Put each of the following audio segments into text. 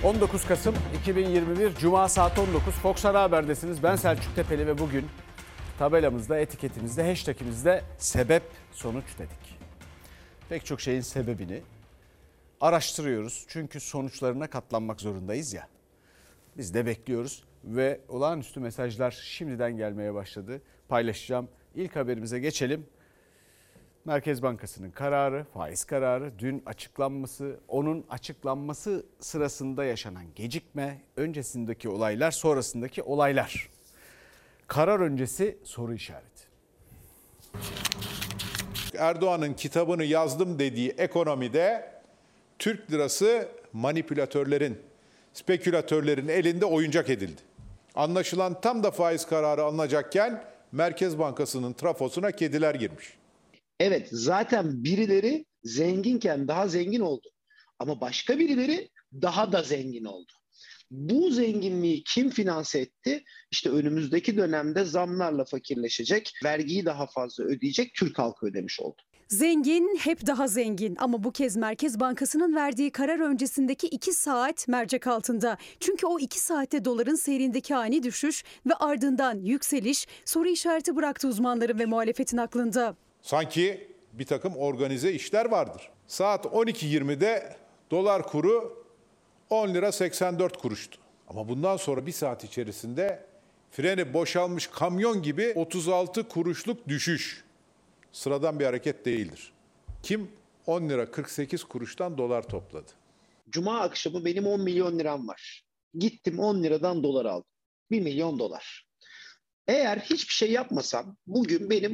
19 Kasım 2021 Cuma saat 19 Fox Ana Haber'desiniz. Ben Selçuk Tepeli ve bugün tabelamızda, etiketimizde, hashtagimizde sebep sonuç dedik. Pek çok şeyin sebebini araştırıyoruz. Çünkü sonuçlarına katlanmak zorundayız ya. Biz de bekliyoruz ve olağanüstü mesajlar şimdiden gelmeye başladı. Paylaşacağım. İlk haberimize geçelim. Merkez Bankası'nın kararı, faiz kararı, dün açıklanması, onun açıklanması sırasında yaşanan gecikme, öncesindeki olaylar, sonrasındaki olaylar. Karar öncesi soru işareti. Erdoğan'ın kitabını yazdım dediği ekonomide Türk lirası manipülatörlerin, spekülatörlerin elinde oyuncak edildi. Anlaşılan tam da faiz kararı alınacakken Merkez Bankası'nın trafosuna kediler girmiş. Evet, zaten birileri zenginken daha zengin oldu. Ama başka birileri daha da zengin oldu. Bu zenginliği kim finanse etti? İşte önümüzdeki dönemde zamlarla fakirleşecek, vergiyi daha fazla ödeyecek Türk halkı ödemiş oldu. Zengin hep daha zengin ama bu kez Merkez Bankası'nın verdiği karar öncesindeki 2 saat mercek altında. Çünkü o 2 saatte doların seyrindeki ani düşüş ve ardından yükseliş soru işareti bıraktı uzmanların ve muhalefetin aklında. Sanki bir takım organize işler vardır. Saat 12.20'de dolar kuru 10 lira 84 kuruştu. Ama bundan sonra bir saat içerisinde freni boşalmış kamyon gibi 36 kuruşluk düşüş. Sıradan bir hareket değildir. Kim 10 lira 48 kuruştan dolar topladı? Cuma akşamı benim 10 milyon liram var. Gittim 10 liradan dolar aldım. 1 milyon dolar. Eğer hiçbir şey yapmasam bugün benim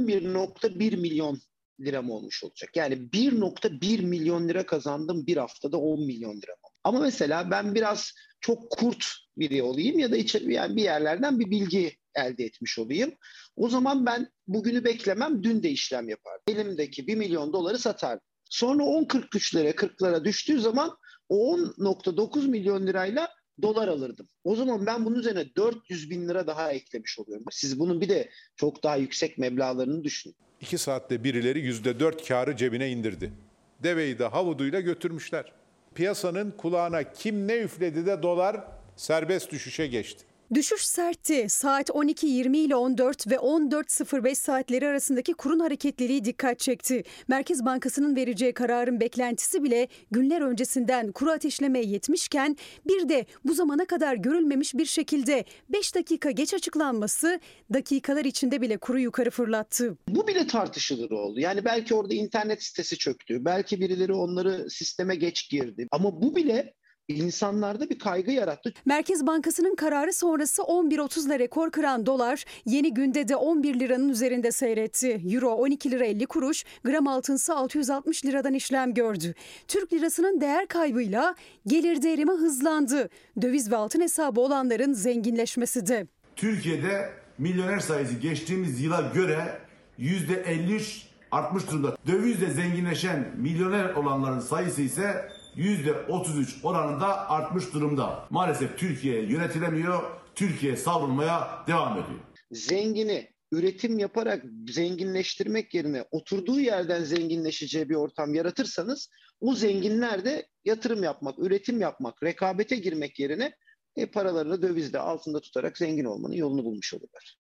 11,1 milyon liram olmuş olacak. Yani 1,1 milyon lira kazandım bir haftada 10 milyon lira. Ama mesela ben biraz çok kurt biri olayım ya da yani bir yerlerden bir bilgi elde etmiş olayım. O zaman ben bugünü beklemem, dün de işlem yapardım. Elimdeki 1 milyon doları satardım. Sonra 10,43'lere 40'lara düştüğü zaman o 10,9 milyon lirayla dolar alırdım. O zaman ben bunun üzerine 400 bin lira daha eklemiş oluyorum. Siz bunun bir de çok daha yüksek meblağlarını düşünün. 2 saatte birileri %4 karı cebine indirdi. Deveyi de havuduyla götürmüşler. Piyasanın kulağına kim ne üfledi de dolar serbest düşüşe geçti. Düşüş sertti. Saat 12.20 ile 14 ve 14.05 saatleri arasındaki kurun hareketliliği dikkat çekti. Merkez Bankası'nın vereceği kararın beklentisi bile günler öncesinden kuru ateşlemeye yetmişken bir de bu zamana kadar görülmemiş bir şekilde 5 dakika geç açıklanması dakikalar içinde bile kuru yukarı fırlattı. Bu bile tartışılır oldu. Yani belki orada internet sitesi çöktü. Belki birileri onları sisteme geç girdi. Ama bu bile İnsanlarda bir kaygı yarattı. Merkez Bankası'nın kararı sonrası 11.30'la rekor kıran dolar yeni günde de 11 liranın üzerinde seyretti. Euro 12 lira 50 kuruş, gram altınsı 660 liradan işlem gördü. Türk lirasının değer kaybıyla gelir değerimi hızlandı. Döviz ve altın hesabı olanların zenginleşmesi de. Türkiye'de milyoner sayısı geçtiğimiz yıla göre %53 artmış durumda. Dövizle zenginleşen milyoner olanların sayısı ise %33 oranında artmış durumda. Maalesef Türkiye yönetilemiyor, Türkiye savrulmaya devam ediyor. Zengini üretim yaparak zenginleştirmek yerine oturduğu yerden zenginleşeceği bir ortam yaratırsanız o zenginler de yatırım yapmak, üretim yapmak, rekabete girmek yerine paralarını dövizde altında tutarak zengin olmanın yolunu bulmuş olurlar.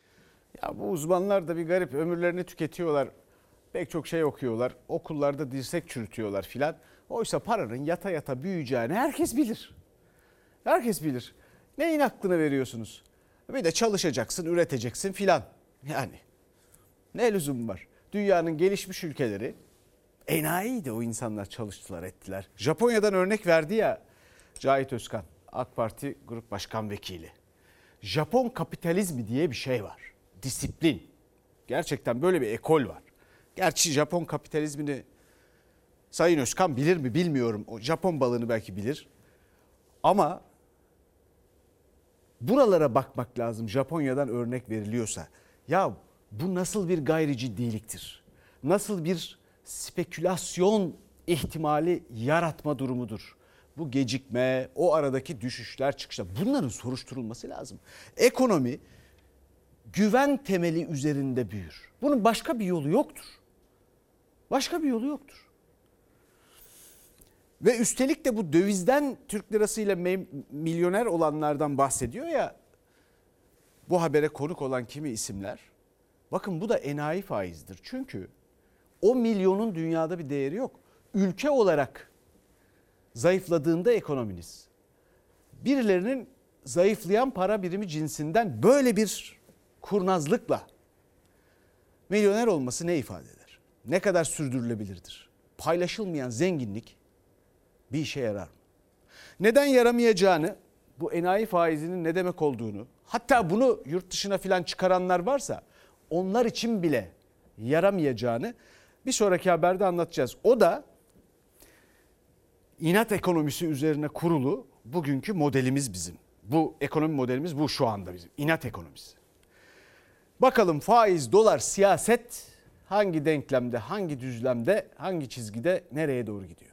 Ya bu uzmanlar da bir garip, ömürlerini tüketiyorlar. Pek çok şey okuyorlar. Okullarda dirsek çürütüyorlar filan. Oysa paranın yata yata büyüyeceğini herkes bilir. Herkes bilir. Neyin aklını veriyorsunuz? Bir de çalışacaksın, üreteceksin filan. Yani ne lüzum var? Dünyanın gelişmiş ülkeleri enayiydi, o insanlar çalıştılar, ettiler. Japonya'dan örnek verdi ya Cahit Özkan, AK Parti Grup Başkan Vekili. Japon kapitalizmi diye bir şey var. Disiplin. Gerçekten böyle bir ekol var. Gerçi Japon kapitalizmini Sayın Özkan bilir mi bilmiyorum. O Japon balığını belki bilir. Ama buralara bakmak lazım, Japonya'dan örnek veriliyorsa. Ya bu nasıl bir gayri ciddiliktir? Nasıl bir spekülasyon ihtimali yaratma durumudur? Bu gecikme, o aradaki düşüşler, çıkışlar, bunların soruşturulması lazım. Ekonomi güven temeli üzerinde büyür. Bunun başka bir yolu yoktur. Başka bir yolu yoktur. Ve üstelik de bu dövizden Türk lirasıyla milyoner olanlardan bahsediyor ya bu habere konuk olan kimi isimler. Bakın bu da enayi faizdir. Çünkü o milyonun dünyada bir değeri yok. Ülke olarak zayıfladığında ekonominiz birilerinin zayıflayan para birimi cinsinden böyle bir kurnazlıkla milyoner olması ne ifade eder? Ne kadar sürdürülebilirdir? Paylaşılmayan zenginlik bir işe yarar mı? Neden yaramayacağını, bu enayi faizinin ne demek olduğunu, hatta bunu yurt dışına filan çıkaranlar varsa onlar için bile yaramayacağını bir sonraki haberde anlatacağız. O da inat ekonomisi üzerine kurulu bugünkü modelimiz bizim. Bu ekonomi modelimiz bu şu anda bizim. İnat ekonomisi. Bakalım faiz, dolar, siyaset hangi denklemde, hangi düzlemde, hangi çizgide nereye doğru gidiyor?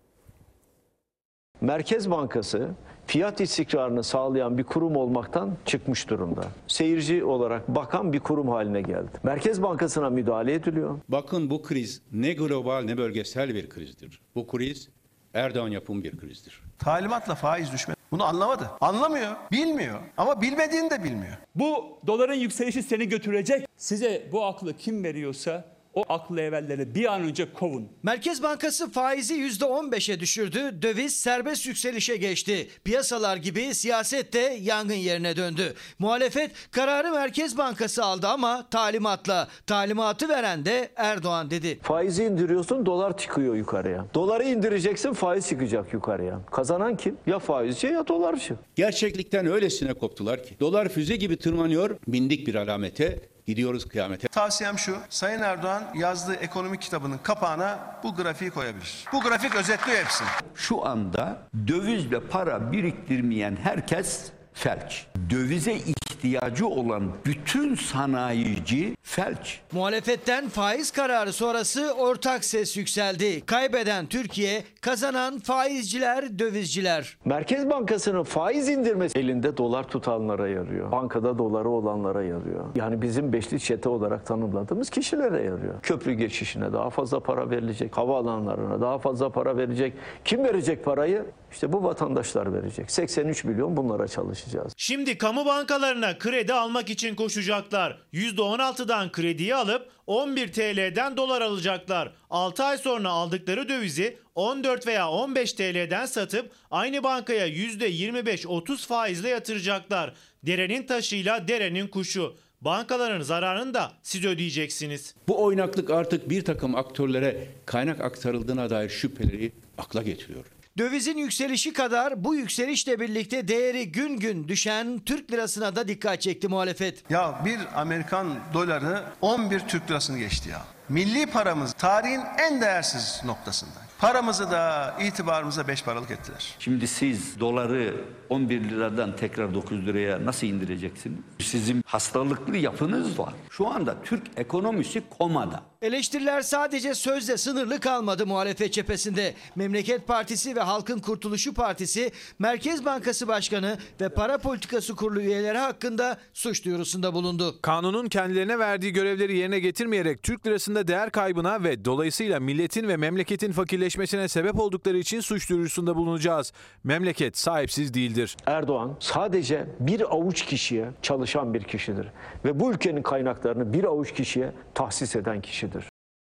Merkez Bankası fiyat istikrarını sağlayan bir kurum olmaktan çıkmış durumda. Seyirci olarak bakan bir kurum haline geldi. Merkez Bankası'na müdahale ediliyor. Bakın bu kriz ne global ne bölgesel bir krizdir. Bu kriz Erdoğan yapımı bir krizdir. Talimatla faiz düşme. Bunu anlamadı. Anlamıyor, bilmiyor ama bilmediğini de bilmiyor. Bu doların yükselişi seni götürecek. Size bu aklı kim veriyorsa o aklı evvelleri bir an önce kovun. Merkez Bankası faizi %15'e düşürdü, döviz serbest yükselişe geçti. Piyasalar gibi siyaset de yangın yerine döndü. Muhalefet kararı Merkez Bankası aldı ama talimatla. Talimatı veren de Erdoğan dedi. Faizi indiriyorsun, dolar çıkıyor yukarıya. Doları indireceksin, faiz çıkacak yukarıya. Kazanan kim? Ya faizci ya dolarcı. Gerçeklikten öylesine koptular ki dolar füze gibi tırmanıyor, bindik bir alamete. Gidiyoruz kıyamete. Tavsiyem şu, Sayın Erdoğan yazdığı ekonomik kitabının kapağına bu grafiği koyabilir. Bu grafik özetliyor hepsini. Şu anda dövizle para biriktirmeyen herkes felç. Dövize ihtiyacı olan bütün sanayici felç. Muhalefetten faiz kararı sonrası ortak ses yükseldi. Kaybeden Türkiye, kazanan faizciler, dövizciler. Merkez Bankası'nın faiz indirmesi elinde dolar tutanlara yarıyor. Bankada doları olanlara yarıyor. Yani bizim beşli çete olarak tanımladığımız kişilere yarıyor. Köprü geçişine daha fazla para verilecek. Havaalanlarına daha fazla para verecek. Kim verecek parayı? İşte bu vatandaşlar verecek. 83 milyon bunlara çalışacağız. Şimdi kamu bankalarına kredi almak için koşacaklar. %16'dan krediyi alıp 11 TL'den dolar alacaklar. 6 ay sonra aldıkları dövizi 14 veya 15 TL'den satıp aynı bankaya %25-30 faizle yatıracaklar. Derenin taşıyla derenin kuşu. Bankaların zararını da siz ödeyeceksiniz. Bu oynaklık artık bir takım aktörlere kaynak aktarıldığına dair şüpheleri akla getiriyor. Dövizin yükselişi kadar bu yükselişle birlikte değeri gün gün düşen Türk lirasına da dikkat çekti muhalefet. Ya bir Amerikan doları 11 Türk lirasını geçti ya. Milli paramız tarihin en değersiz noktasında. Paramızı da itibarımıza 5 paralık ettiler. Şimdi siz doları 11 liradan tekrar 9 liraya nasıl indireceksiniz? Sizin hastalıklı yapınız var. Şu anda Türk ekonomisi komada. Eleştiriler sadece sözle sınırlı kalmadı muhalefet cephesinde. Memleket Partisi ve Halkın Kurtuluşu Partisi, Merkez Bankası Başkanı ve Para Politikası Kurulu üyeleri hakkında suç duyurusunda bulundu. Kanunun kendilerine verdiği görevleri yerine getirmeyerek Türk lirasında değer kaybına ve dolayısıyla milletin ve memleketin fakirleşmesine sebep oldukları için suç duyurusunda bulunacağız. Memleket sahipsiz değildir. Erdoğan sadece bir avuç kişiye çalışan bir kişidir. Ve bu ülkenin kaynaklarını bir avuç kişiye tahsis eden kişidir.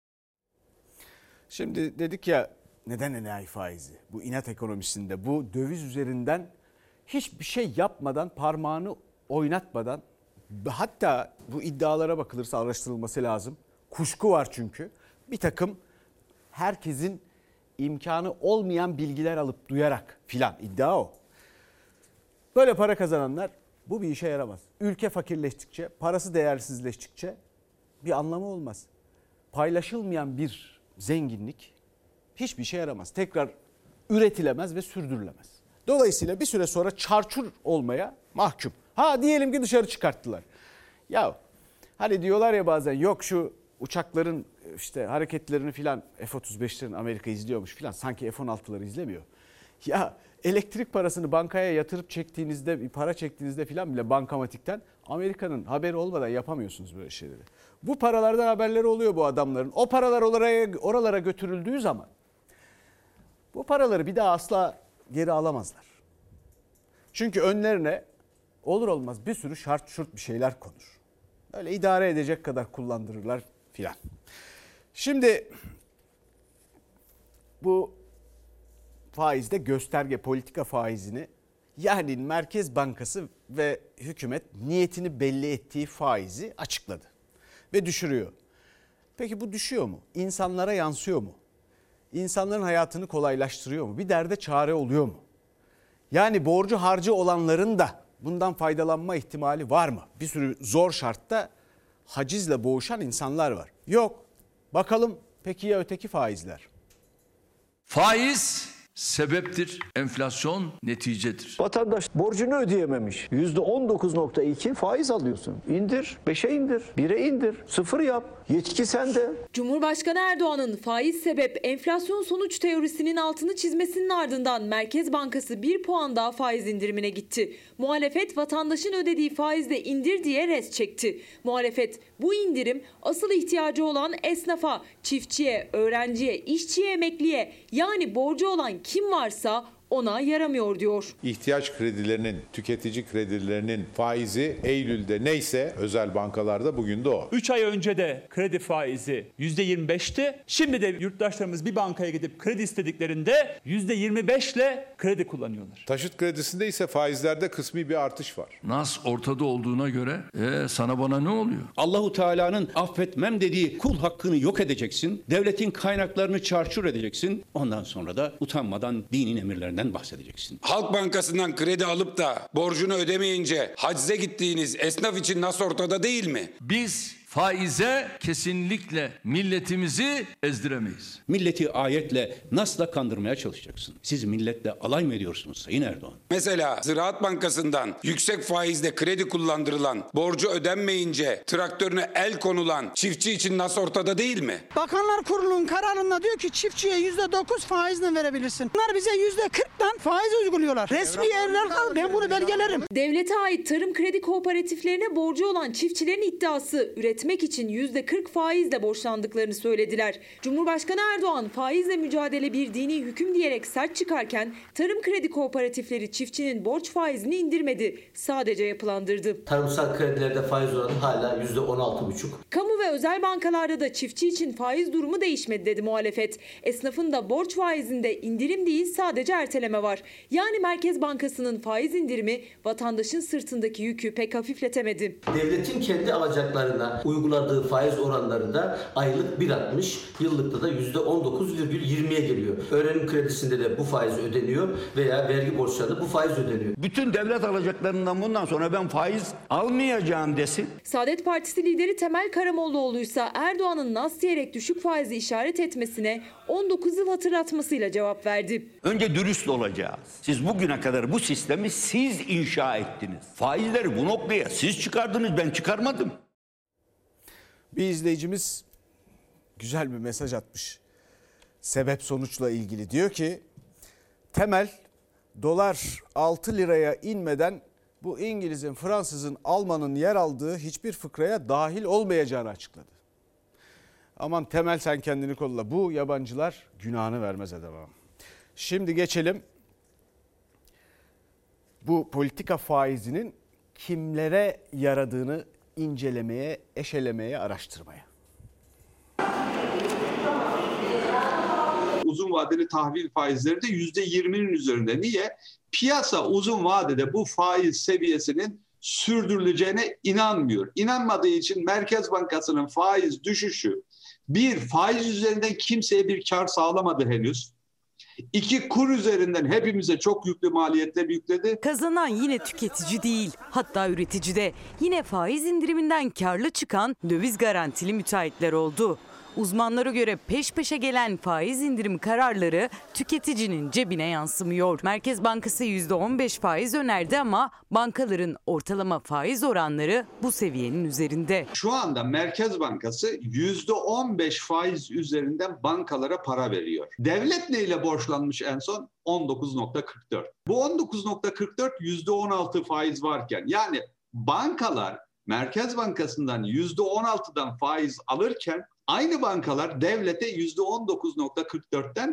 Şimdi dedik ya neden enayi faizi? Bu inat ekonomisinde bu döviz üzerinden hiçbir şey yapmadan parmağını oynatmadan hatta bu iddialara bakılırsa araştırılması lazım. Kuşku var çünkü bir takım herkesin imkanı olmayan bilgiler alıp duyarak filan iddia o. Böyle para kazananlar bu bir işe yaramaz. Ülke fakirleştikçe, parası değersizleştikçe bir anlamı olmaz. Paylaşılmayan bir zenginlik hiçbir işe yaramaz. Tekrar üretilemez ve sürdürülemez. Dolayısıyla bir süre sonra çarçur olmaya mahkum. Ha diyelim ki dışarı çıkarttılar. Ya hani diyorlar ya bazen yok şu uçakların işte hareketlerini filan F-35'lerin Amerika izliyormuş filan sanki F-16'ları izlemiyor. Ya elektrik parasını bankaya yatırıp çektiğinizde bir para çektiğinizde filan bile bankamatikten Amerika'nın haberi olmadan yapamıyorsunuz böyle şeyleri. Bu paralardan haberleri oluyor bu adamların. O paralar oralara götürüldüğü zaman Bu paraları bir daha asla geri alamazlar. Çünkü önlerine olur olmaz bir sürü şart şurt bir şeyler konur. Öyle idare edecek kadar kullandırırlar filan. Şimdi bu faizde gösterge politika faizini, yani Merkez Bankası ve hükümet niyetini belli ettiği faizi açıkladı ve düşürüyor. Peki bu düşüyor mu? İnsanlara yansıyor mu? İnsanların hayatını kolaylaştırıyor mu? Bir derde çare oluyor mu? Yani borcu harcı olanların da bundan faydalanma ihtimali var mı? Bir sürü zor şartta hacizle boğuşan insanlar var. Yok. Bakalım peki ya öteki faizler? Faiz sebeptir, enflasyon neticedir. Vatandaş borcunu ödeyememiş. %19.2 faiz alıyorsun. İndir, 5'e indir, 1'e indir, 0 yap. Yetki sende. Cumhurbaşkanı Erdoğan'ın faiz sebep enflasyon sonuç teorisinin altını çizmesinin ardından Merkez Bankası 1 puan daha faiz indirimine gitti. Muhalefet vatandaşın ödediği faizle indir diye res çekti. Muhalefet bu indirim asıl ihtiyacı olan esnafa, çiftçiye, öğrenciye, işçiye, emekliye, yani borcu olan kim varsa ona yaramıyor diyor. İhtiyaç kredilerinin, tüketici kredilerinin faizi Eylül'de neyse özel bankalarda bugün de o. 3 ay önce de kredi faizi %25'ti. Şimdi de yurttaşlarımız bir bankaya gidip kredi istediklerinde %25 ile kredi kullanıyorlar. Taşıt kredisinde ise faizlerde kısmi bir artış var. Nas ortada olduğuna göre sana bana ne oluyor? Allahu Teala'nın affetmem dediği kul hakkını yok edeceksin. Devletin kaynaklarını çarçur edeceksin. Ondan sonra da utanmadan dinin emirlerinden bahsedeceksin. Halk Bankası'ndan kredi alıp da borcunu ödemeyince hacize gittiğiniz esnaf için nasıl ortada değil mi? Biz faize kesinlikle milletimizi ezdiremeyiz. Milleti ayetle nasla kandırmaya çalışacaksın. Siz milletle alay mı ediyorsunuz Sayın Erdoğan? Mesela Ziraat Bankası'ndan yüksek faizle kredi kullandırılan, borcu ödenmeyince traktörüne el konulan çiftçi için nasıl ortada değil mi? Bakanlar Kurulu'nun kararında diyor ki çiftçiye %9 faizle verebilirsin. Bunlar bize %40'dan faiz uyguluyorlar. Resmi evler kaldı. Ben bunu belgelerim. Devlete ait tarım kredi kooperatiflerine borcu olan çiftçilerin iddiası üretmek için %40 faizle borçlandıklarını söylediler. Cumhurbaşkanı Erdoğan faizle mücadele bir dini hüküm diyerek sert çıkarken tarım kredi kooperatifleri çiftçinin borç faizini indirmedi. Sadece yapılandırdı. Tarımsal kredilerde faiz oranı hala %16,5. Kamu ve özel bankalarda da çiftçi için faiz durumu değişmedi dedi muhalefet. Esnafın da borç faizinde indirim değil sadece erteleme var. Yani Merkez Bankası'nın faiz indirimi vatandaşın sırtındaki yükü pek hafifletemedi. Devletin kendi alacaklarına uyguladığı faiz oranlarında aylık 1,60, yıllıkta da %19,20'ye geliyor. Öğrenim kredisinde de bu faiz ödeniyor veya vergi borçlarında bu faiz ödeniyor. Bütün devlet alacaklarından bundan sonra ben faiz almayacağım desin. Saadet Partisi lideri Temel Karamollaoğlu ise Erdoğan'ın nas diyerek düşük faizi işaret etmesine 19 yıl hatırlatmasıyla cevap verdi. Önce dürüst olacağız. Siz bugüne kadar bu sistemi siz inşa ettiniz. Faizleri bu noktaya siz çıkardınız, ben çıkarmadım. Bir izleyicimiz güzel bir mesaj atmış. Sebep sonuçla ilgili diyor ki Temel dolar 6 liraya inmeden bu İngiliz'in, Fransız'ın, Alman'ın yer aldığı hiçbir fıkraya dahil olmayacağını açıkladı. Aman Temel sen kendini kolla. Bu yabancılar günahını vermez adama. Şimdi geçelim bu politika faizinin kimlere yaradığını incelemeye, eşelemeye, araştırmaya. Uzun vadeli tahvil faizleri de %20'nin üzerinde. Niye? Piyasa uzun vadede bu faiz seviyesinin sürdürüleceğine inanmıyor. İnanmadığı için Merkez Bankası'nın faiz düşüşü, bir, faiz üzerinden kimseye bir kar sağlamadı henüz. 2, kur üzerinden hepimize çok yüklü maliyetler yükledi. Kazanan yine tüketici değil, hatta üretici de. Yine faiz indiriminden karlı çıkan döviz garantili müteahhitler oldu. Uzmanlara göre peş peşe gelen faiz indirim kararları tüketicinin cebine yansımıyor. Merkez Bankası %15 faiz önerdi ama bankaların ortalama faiz oranları bu seviyenin üzerinde. Şu anda Merkez Bankası %15 faiz üzerinden bankalara para veriyor. Devlet neyle borçlanmış en son? 19,44. Bu 19,44 %16 faiz varken, yani bankalar Merkez Bankası'ndan %16'dan faiz alırken aynı bankalar devlete %19,44'ten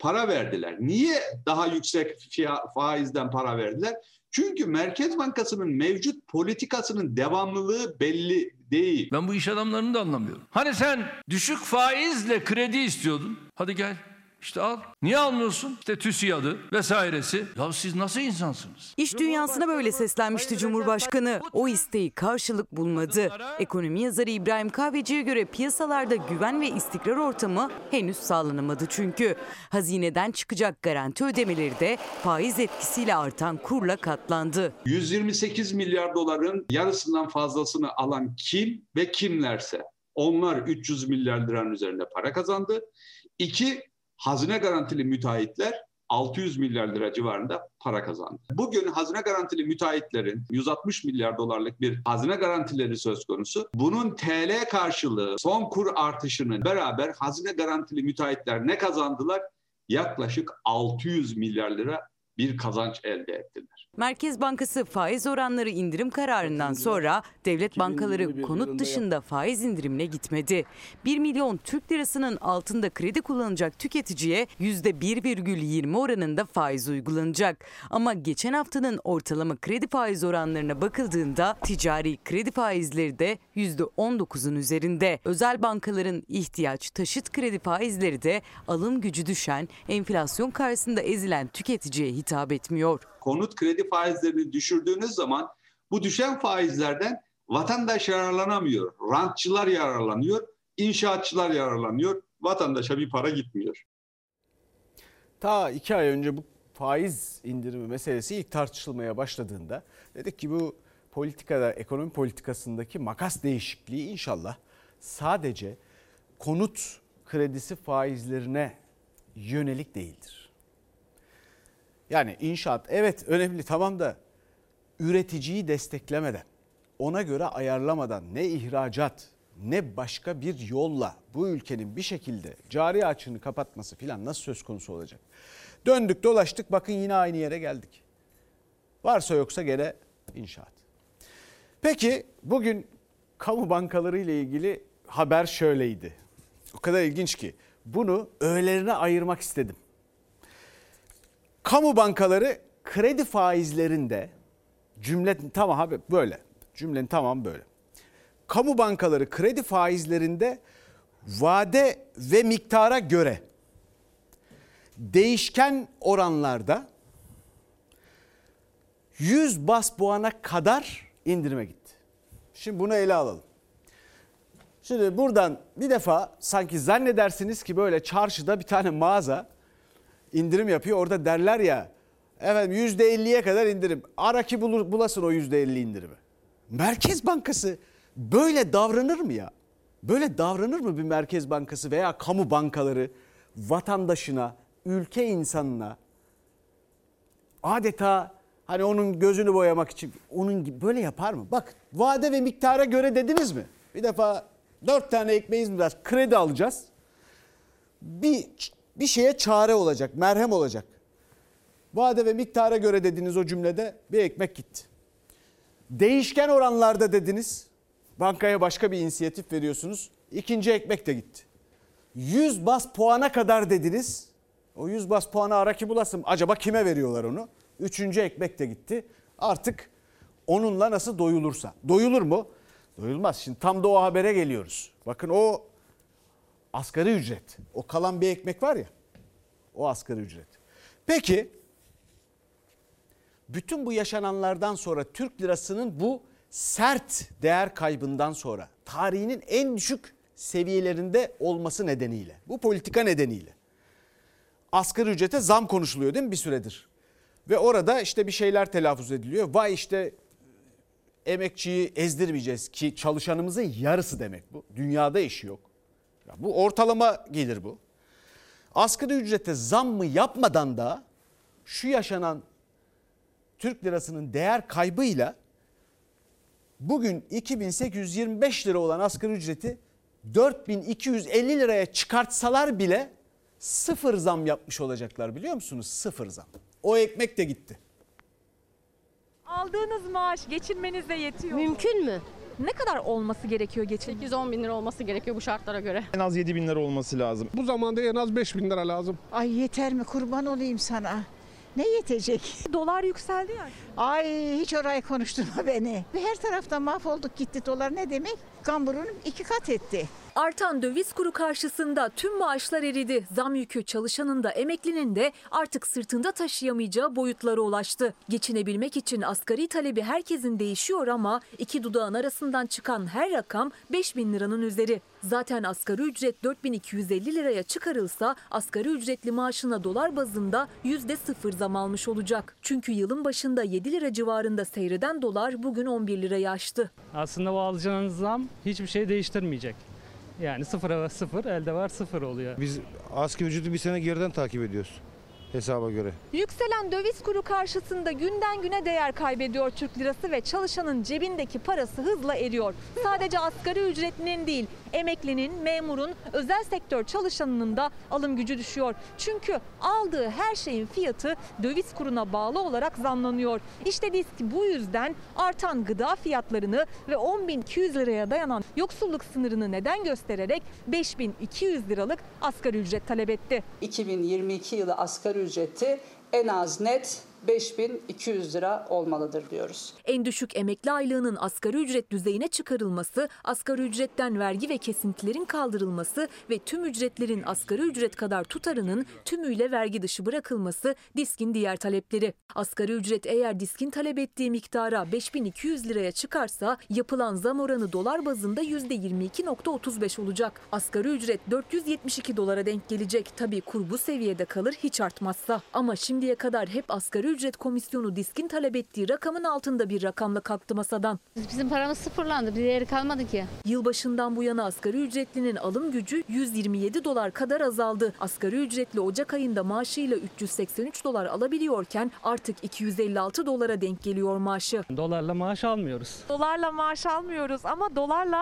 para verdiler. Niye daha yüksek faizden para verdiler? Çünkü Merkez Bankası'nın mevcut politikasının devamlılığı belli değil. Ben bu iş adamlarını da anlamıyorum. Hani sen düşük faizle kredi istiyordun. Hadi gel. İşte al. Niye almıyorsun? İşte TÜSİAD'ı vesairesi. Ya siz nasıl insansınız? İş dünyasına böyle seslenmişti Cumhurbaşkanı. O isteği karşılık bulmadı. Ekonomi yazarı İbrahim Kahveci'ye göre piyasalarda güven ve istikrar ortamı henüz sağlanamadı çünkü. Hazineden çıkacak garanti ödemeleri de faiz etkisiyle artan kurla katlandı. 128 milyar doların yarısından fazlasını alan kim ve kimlerse onlar 300 milyar liranın üzerinde para kazandı. 2. Hazine garantili müteahhitler 600 milyar lira civarında para kazandı. Bugün hazine garantili müteahhitlerin 160 milyar dolarlık bir hazine garantileri söz konusu. Bunun TL karşılığı son kur artışının beraber hazine garantili müteahhitler ne kazandılar? Yaklaşık 600 milyar lira bir kazanç elde ettiler. Merkez Bankası faiz oranları indirim kararından sonra devlet bankaları konut dışında faiz indirimine gitmedi. 1 milyon Türk lirasının altında kredi kullanacak tüketiciye %1,20 oranında faiz uygulanacak. Ama geçen haftanın ortalama kredi faiz oranlarına bakıldığında ticari kredi faizleri de %19'un üzerinde. Özel bankaların ihtiyaç taşıt kredi faizleri de alım gücü düşen, enflasyon karşısında ezilen tüketiciye hitap etmiyor. Konut kredi faizlerini düşürdüğünüz zaman bu düşen faizlerden vatandaş yararlanamıyor. Rantçılar yararlanıyor, inşaatçılar yararlanıyor. Vatandaşa bir para gitmiyor. Ta 2 ay önce bu faiz indirimi meselesi ilk tartışılmaya başladığında dedik ki bu politikada, ekonomi politikasındaki makas değişikliği inşallah sadece konut kredisi faizlerine yönelik değildir. Yani inşaat evet önemli tamam da üreticiyi desteklemeden, ona göre ayarlamadan ne ihracat ne başka bir yolla bu ülkenin bir şekilde cari açığını kapatması filan nasıl söz konusu olacak? Döndük dolaştık bakın yine aynı yere geldik. Varsa yoksa gene inşaat. Peki bugün kamu bankaları ile ilgili haber şöyleydi. O kadar ilginç ki bunu öğelerine ayırmak istedim. Kamu bankaları kredi faizlerinde cümle tamam abi böyle. Cümlenin tamamı böyle. Kamu bankaları kredi faizlerinde vade ve miktara göre değişken oranlarda 100 bas puana kadar indirime gitti. Şimdi bunu ele alalım. Şimdi buradan bir defa sanki zannedersiniz ki böyle çarşıda bir tane mağaza indirim yapıyor. Orada derler ya efendim %50'ye kadar indirim. Ara ki bulasın o %50 indirimi. Merkez Bankası böyle davranır mı ya? Böyle davranır mı bir Merkez Bankası veya kamu bankaları vatandaşına, ülke insanına adeta hani onun gözünü boyamak için onun böyle yapar mı? Bak vade ve miktara göre dediniz mi? Bir defa 4 tane ekmeğimiz var kredi alacağız. Bir şeye çare olacak, merhem olacak. Vade ve miktara göre dediniz o cümlede bir ekmek gitti. Değişken oranlarda dediniz. Bankaya başka bir inisiyatif veriyorsunuz. İkinci ekmek de gitti. 100 bas puana kadar dediniz. O 100 bas puanı ara ki bulasın. Acaba kime veriyorlar onu? Üçüncü ekmek de gitti. Artık onunla nasıl doyulursa. Doyulur mu? Doyulmaz. Şimdi tam da o habere geliyoruz. Bakın o asgari ücret. O kalan bir ekmek var ya. O asgari ücret. Peki bütün bu yaşananlardan sonra Türk lirasının bu sert değer kaybından sonra tarihinin en düşük seviyelerinde olması nedeniyle, bu politika nedeniyle asgari ücrete zam konuşuluyor değil mi bir süredir? Ve orada işte bir şeyler telaffuz ediliyor. Vay işte emekçiyi ezdirmeyeceğiz ki çalışanımızın yarısı demek bu. Dünyada işi yok. Ya bu ortalama gelir bu. Asgari ücrete zam mı yapmadan da şu yaşanan Türk lirasının değer kaybıyla bugün 2825 lira olan asgari ücreti 4250 liraya çıkartsalar bile sıfır zam yapmış olacaklar biliyor musunuz? Sıfır zam. O ekmek de gitti. Aldığınız maaş geçinmenize yetiyor mu? Mümkün mü? Ne kadar olması gerekiyor geçim? 8-10 bin lira olması gerekiyor bu şartlara göre. En az 7 bin lira olması lazım. Bu zamanda en az 5 bin lira lazım. Ay yeter mi, kurban olayım sana. Ne yetecek? Dolar yükseldi ya. Ay hiç orayı konuşturma beni. Her taraftan mahvolduk gitti, dolar ne demek? Kamburunu 2 kat etti. Artan döviz kuru karşısında tüm maaşlar eridi. Zam yükü çalışanın da emeklinin de artık sırtında taşıyamayacağı boyutlara ulaştı. Geçinebilmek için asgari talebi herkesin değişiyor ama iki dudağın arasından çıkan her rakam 5 bin liranın üzeri. Zaten asgari ücret 4250 liraya çıkarılsa asgari ücretli maaşına dolar bazında %0 zam almış olacak. Çünkü yılın başında 7 lira civarında seyreden dolar bugün 11 lirayı aştı. Aslında bu alacağınız zam hiçbir şey değiştirmeyecek. Yani sıfıra sıfır, elde var sıfır oluyor. Biz asgari ücreti bir sene geriden takip ediyoruz hesaba göre. Yükselen döviz kuru karşısında günden güne değer kaybediyor Türk lirası ve çalışanın cebindeki parası hızla eriyor. Sadece asgari ücretlinin değil, emeklinin, memurun, özel sektör çalışanının da alım gücü düşüyor. Çünkü aldığı her şeyin fiyatı döviz kuruna bağlı olarak zamlanıyor. İşte DİSK bu yüzden artan gıda fiyatlarını ve 10.200 liraya dayanan yoksulluk sınırını neden göstererek 5.200 liralık asgari ücret talep etti. 2022 yılı asgari ücreti en az net 5.200 lira olmalıdır diyoruz. En düşük emekli aylığının asgari ücret düzeyine çıkarılması, asgari ücretten vergi ve kesintilerin kaldırılması ve tüm ücretlerin asgari ücret kadar tutarının tümüyle vergi dışı bırakılması DİSK'in diğer talepleri. Asgari ücret eğer DİSK'in talep ettiği miktara 5.200 liraya çıkarsa yapılan zam oranı dolar bazında %22.35 olacak. Asgari ücret 472 dolara denk gelecek. Tabii kur bu seviyede kalır hiç artmazsa. Ama şimdiye kadar hep asgari ücret komisyonu DİSK'in talep ettiği rakamın altında bir rakamla kalktı masadan. Bizim paramız sıfırlandı, bir değeri kalmadı ki. Yılbaşından bu yana asgari ücretlinin alım gücü 127 dolar kadar azaldı. Asgari ücretli Ocak ayında maaşıyla 383 dolar alabiliyorken artık 256 dolara denk geliyor maaşı. Dolarla maaş almıyoruz. Dolarla maaş almıyoruz ama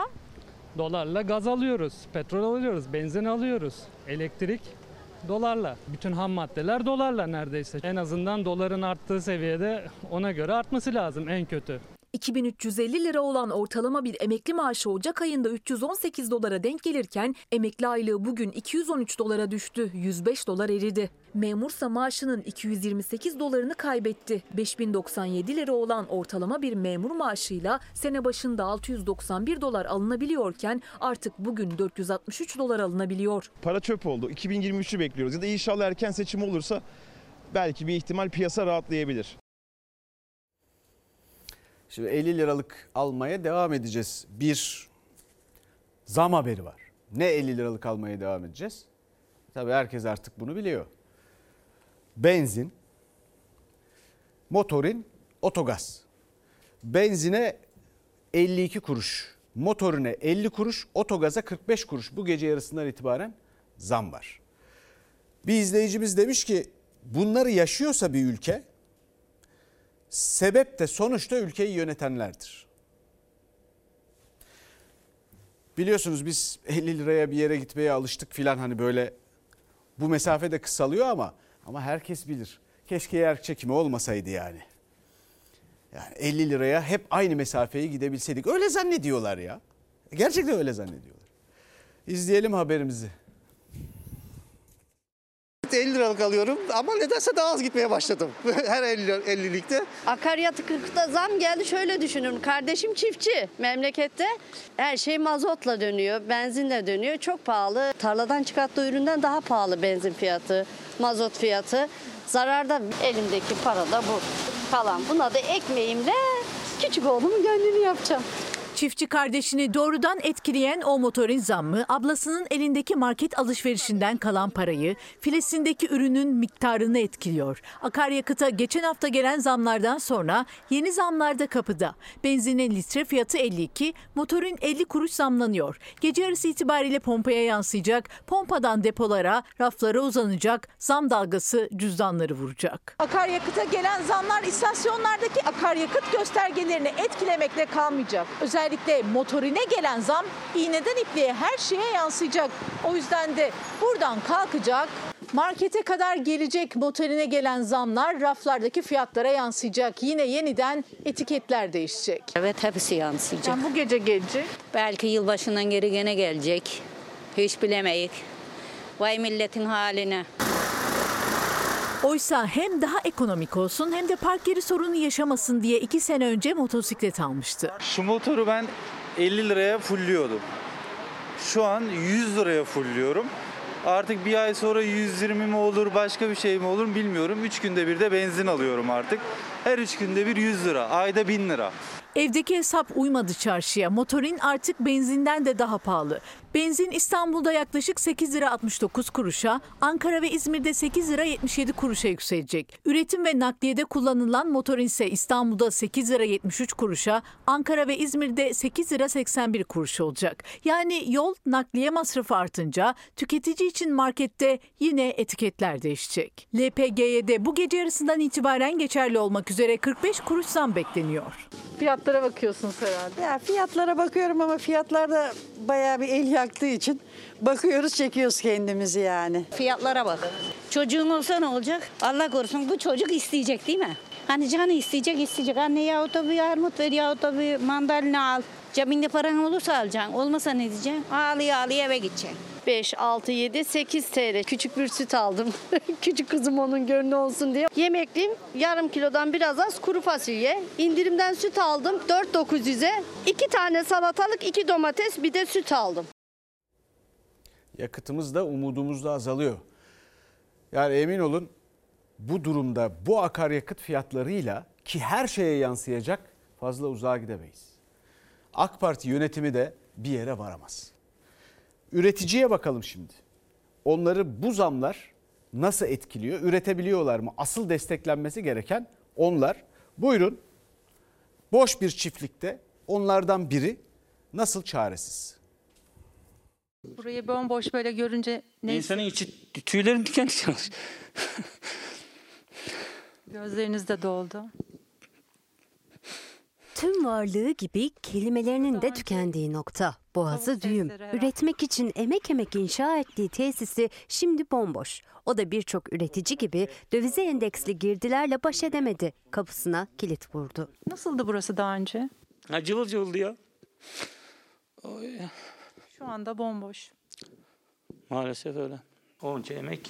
Dolarla gaz alıyoruz, petrol alıyoruz, benzin alıyoruz, elektrik dolarla. Bütün ham maddeler dolarla neredeyse. En azından doların arttığı seviyede ona göre artması lazım en kötü. 2350 lira olan ortalama bir emekli maaşı Ocak ayında 318 dolara denk gelirken emekli aylığı bugün 213 dolara düştü, 105 dolar eridi. Memursa maaşının 228 dolarını kaybetti. 5097 lira olan ortalama bir memur maaşıyla sene başında 691 dolar alınabiliyorken artık bugün 463 dolar alınabiliyor. Para çöp oldu. 2023'ü bekliyoruz. Ya da inşallah erken seçim olursa belki bir ihtimal piyasa rahatlayabilir. Şimdi 50 liralık almaya devam edeceğiz. Bir zam haberi var. Ne 50 liralık almaya devam edeceğiz? Tabii herkes artık bunu biliyor. Benzin, motorin, otogaz. Benzine 52 kuruş, motorine 50 kuruş, otogaza 45 kuruş. Bu gece yarısından itibaren zam var. Bir izleyicimiz demiş ki bunları yaşıyorsa bir ülke, sebep de sonuçta ülkeyi yönetenlerdir. Biliyorsunuz biz 50 liraya bir yere gitmeye alıştık filan, hani böyle bu mesafe de kısalıyor ama herkes bilir. Keşke yer çekimi olmasaydı yani. Yani 50 liraya hep aynı mesafeyi gidebilseydik. Öyle zannediyorlar ya. Gerçekten öyle zannediyorlar. İzleyelim haberimizi. 50 liralık alıyorum ama nedense daha az gitmeye başladım her 50'likte. Akaryakıta zam geldi, şöyle düşünün. Kardeşim çiftçi, memlekette her şey mazotla dönüyor, benzinle dönüyor. Çok pahalı. Tarladan çıkarttığı üründen daha pahalı benzin fiyatı, mazot fiyatı. Zararda, elimdeki para da bu. Kalan buna da ekmeğimle küçük oğlumun gönlünü yapacağım. Çiftçi kardeşini doğrudan etkileyen o motorin zammı, ablasının elindeki market alışverişinden kalan parayı, filesindeki ürünün miktarını etkiliyor. Akaryakıta geçen hafta gelen zamlardan sonra yeni zamlar da kapıda. Benzinin litre fiyatı 52, motorin 50 kuruş zamlanıyor. Gece yarısı itibariyle pompaya yansıyacak, pompadan depolara, raflara uzanacak, zam dalgası cüzdanları vuracak. Akaryakıta gelen zamlar istasyonlardaki akaryakıt göstergelerini etkilemekle kalmayacak. Özellikle motorine gelen zam iğneden ipliğe her şeye yansıyacak. O yüzden de buradan kalkacak. Markete kadar gelecek motorine gelen zamlar raflardaki fiyatlara yansıyacak. Yine yeniden etiketler değişecek. Evet, hepsi yansıyacak. Yani bu gece gelecek. Belki yılbaşından geri gene gelecek. Hiç bilemeyik. Vay milletin haline. Oysa hem daha ekonomik olsun hem de park yeri sorunu yaşamasın diye 2 sene önce motosiklet almıştı. Şu motoru ben 50 liraya fulluyordum. Şu an 100 liraya fulluyorum. Artık bir ay sonra 120 mi olur, başka bir şey mi olur bilmiyorum. 3 günde bir de benzin alıyorum artık. Her 3 günde bir 100 lira, ayda 1000 lira. Evdeki hesap uymadı çarşıya. Motorin artık benzinden de daha pahalı. Benzin İstanbul'da yaklaşık 8 lira 69 kuruşa, Ankara ve İzmir'de 8 lira 77 kuruşa yükselecek. Üretim ve nakliyede kullanılan motorin ise İstanbul'da 8 lira 73 kuruşa, Ankara ve İzmir'de 8 lira 81 kuruş olacak. Yani yol nakliye masrafı artınca tüketici için markette yine etiketler değişecek. LPG'ye de bu gece yarısından itibaren geçerli olmak üzere 45 kuruş zam bekleniyor. Fiyatlara bakıyorsunuz herhalde. Ya fiyatlara bakıyorum ama fiyatlar da bayağı bir el yaktığı için bakıyoruz, çekiyoruz kendimizi yani. Fiyatlara bak. Çocuğun olsa ne olacak? Allah korusun, bu çocuk isteyecek değil mi? Hani canı isteyecek. Anne yahut da bir armut ver yahut da bir mandalina al. Cebinde paran olursa alacaksın. Olmasa ne diyeceksin? Ağlaya eve gideceksin. 5, 6, 7, 8 TL. Küçük bir süt aldım. Küçük kızım onun gönlü olsun diye. Yemekliyim, yarım kilodan biraz az kuru fasulye. İndirimden süt aldım 4.900'e. 2 tane salatalık, 2 domates, bir de süt aldım. Yakıtımız da umudumuz da azalıyor. Yani emin olun bu durumda bu akaryakıt fiyatlarıyla ki her şeye yansıyacak fazla uzağa gidemeyiz. AK Parti yönetimi de bir yere varamaz. Üreticiye bakalım şimdi. Onları bu zamlar nasıl etkiliyor? Üretebiliyorlar mı? Asıl desteklenmesi gereken onlar. Buyurun, boş bir çiftlikte onlardan biri nasıl çaresiz? Burayı bomboş böyle görünce neyse. İnsanın içi tüylerim diken diken. Gözleriniz de doldu. Tüm varlığı gibi kelimelerinin de tükendiği nokta. Boğazı düğüm. Üretmek için emek inşa ettiği tesisi şimdi bomboş. O da birçok üretici gibi dövize endeksli girdilerle baş edemedi. Kapısına kilit vurdu. Nasıldı burası daha önce? Ha, cıvıl cıvıldı ya. Oy. Şu anda bomboş. Maalesef öyle. Onca emek.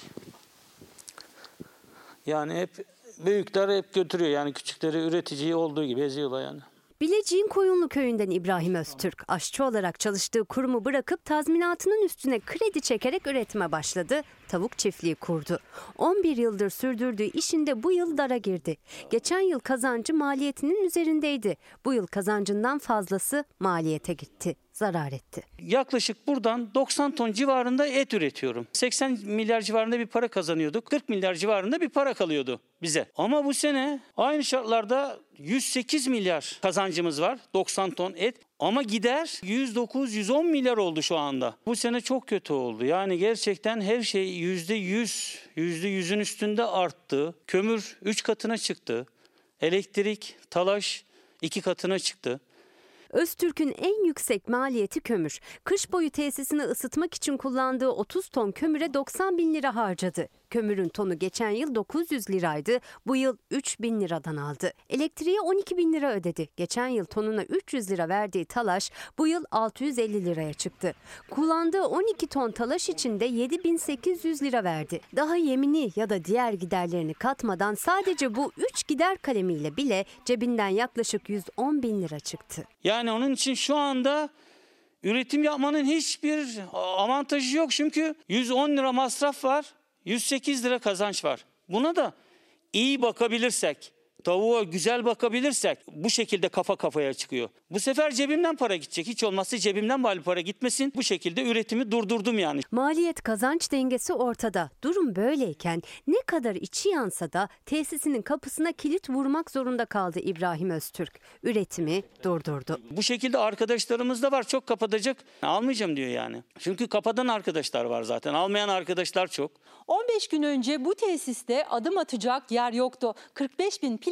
Yani hep büyükler hep götürüyor. Yani küçükleri üreticiyi olduğu gibi eziyorlar yani. Bilecik'in Koyunlu köyünden İbrahim Öztürk, aşçı olarak çalıştığı kurumu bırakıp tazminatının üstüne kredi çekerek üretime başladı. Tavuk çiftliği kurdu. 11 yıldır sürdürdüğü işinde bu yıl dara girdi. Geçen yıl kazancı maliyetinin üzerindeydi. Bu yıl kazancından fazlası maliyete gitti. Zarar etti. Yaklaşık buradan 90 ton civarında et üretiyorum. 80 milyar civarında bir para kazanıyorduk. 40 milyar civarında bir para kalıyordu bize. Ama bu sene aynı şartlarda 108 milyar kazancımız var. 90 ton et. Ama gider 109-110 milyar oldu şu anda. Bu sene çok kötü oldu. Yani gerçekten her şey %100, %100'ün üstünde arttı. Kömür 3 katına çıktı. Elektrik, talaş 2 katına çıktı. Öztürk'ün en yüksek maliyeti kömür. Kış boyu tesisini ısıtmak için kullandığı 30 ton kömüre 90 bin lira harcadı. Kömürün tonu geçen yıl 900 liraydı, bu yıl 3 bin liradan aldı. Elektriğe 12 bin lira ödedi. Geçen yıl tonuna 300 lira verdiği talaş bu yıl 650 liraya çıktı. Kullandığı 12 ton talaş için de 7.800 lira verdi. Daha yemini ya da diğer giderlerini katmadan sadece bu 3 gider kalemiyle bile cebinden yaklaşık 110 bin lira çıktı. Yani onun için şu anda üretim yapmanın hiçbir avantajı yok. Çünkü 110 lira masraf var, 108 lira kazanç var. Buna da iyi bakabilirsek, tavuğa güzel bakabilirsek bu şekilde kafa kafaya çıkıyor. Bu sefer cebimden para gidecek. Hiç olmazsa cebimden bari para gitmesin. Bu şekilde üretimi durdurdum yani. Maliyet kazanç dengesi ortada. Durum böyleyken ne kadar içi yansa da tesisinin kapısına kilit vurmak zorunda kaldı İbrahim Öztürk. Üretimi durdurdu. Bu şekilde arkadaşlarımız da var. Çok kapatacak. Almayacağım diyor yani. Çünkü kapatan arkadaşlar var zaten. Almayan arkadaşlar çok. 15 gün önce bu tesiste adım atacak yer yoktu. 45 bin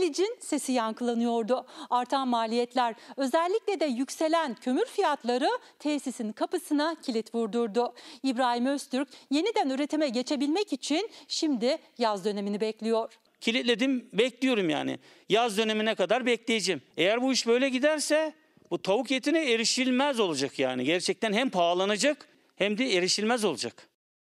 çekilicin sesi yankılanıyordu. Artan maliyetler, özellikle de yükselen kömür fiyatları tesisin kapısına kilit vurdurdu. İbrahim Öztürk yeniden üretime geçebilmek için şimdi yaz dönemini bekliyor. Kilitledim, bekliyorum yani. Yaz dönemine kadar bekleyeceğim. Eğer bu iş böyle giderse bu tavuk etine erişilmez olacak yani. Gerçekten hem pahalanacak hem de erişilmez olacak.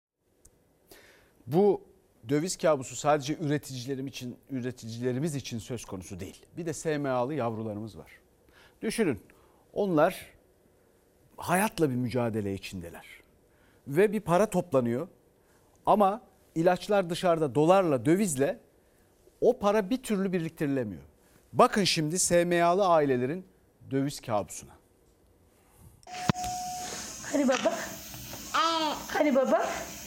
Bu döviz kabusu sadece üreticilerimiz için söz konusu değil. Bir de SMA'lı yavrularımız var. Düşünün, onlar hayatla bir mücadele içindeler. Ve bir para toplanıyor ama ilaçlar dışarıda dolarla, dövizle o para bir türlü biriktirilemiyor. Bakın şimdi SMA'lı ailelerin döviz kabusuna. Hani baba? Hani baba?